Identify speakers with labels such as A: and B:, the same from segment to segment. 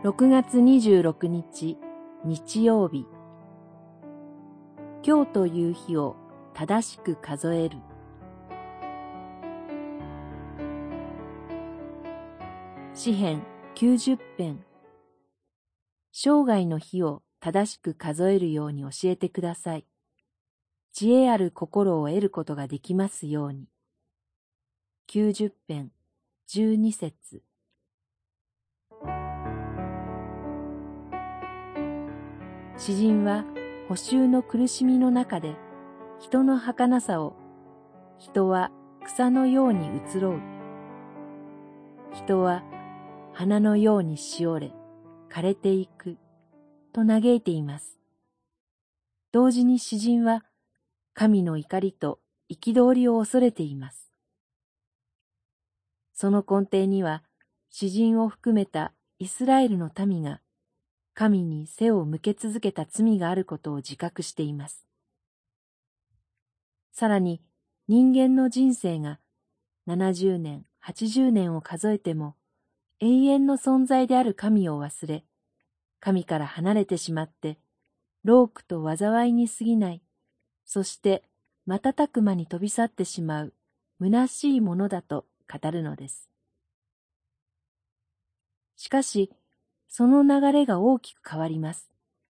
A: 6月26日日曜日。今日という日を正しく数える。詩編90編。生涯の日を正しく数えるように教えてください。知恵ある心を得ることができますように。90編12節。詩人は捕囚の苦しみの中で人の儚さを、人は草のように移ろう。人は花のようにしおれ、枯れていく、と嘆いています。同時に詩人は神の怒りと憤りを恐れています。その根底には詩人を含めたイスラエルの民が神に背を向け続けた罪があることを自覚しています。さらに人間の人生が70年、80年を数えても永遠の存在である神を忘れ、神から離れてしまって、労苦と災いに過ぎない、そして瞬く間に飛び去ってしまう虚しいものだと語るのです。しかし、その流れが大きく変わります。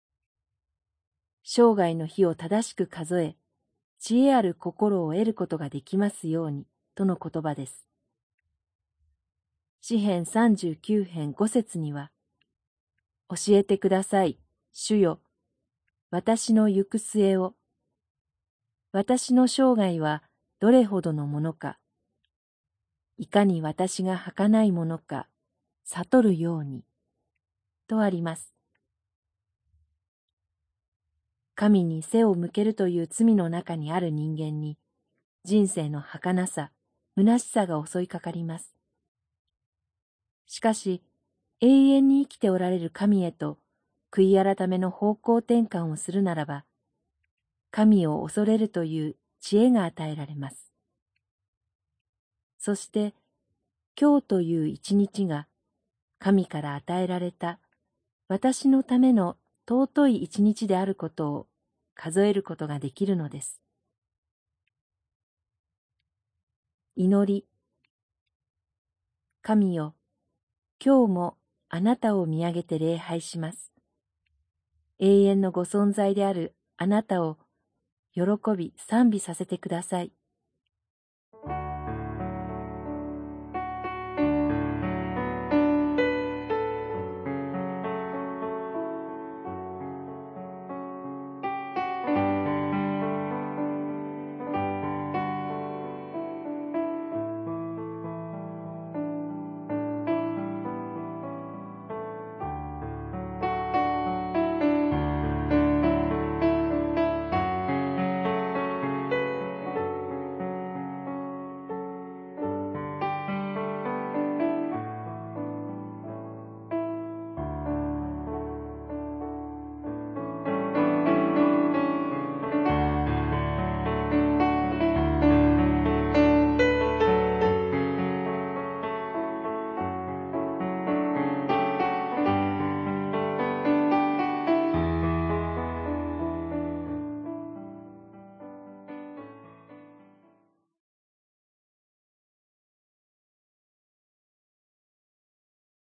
A: 生涯の日を正しく数え、知恵ある心を得ることができますように、との言葉です。詩編39編5節には、教えてください、主よ、私の行く末を。私の生涯はどれほどのものか、いかに私が儚いものか、悟るように、とあります。神に背を向けるという罪の中にある人間に、人生の儚さ、虚しさが襲いかかります。しかし、永遠に生きておられる神へと、悔い改めの方向転換をするならば、神を恐れるという知恵が与えられます。そして、今日という一日が、神から与えられた、私のための尊い一日であることを数えることができるのです。祈り。神よ、今日もあなたを見上げて礼拝します。永遠のご存在であるあなたを喜び賛美させてください。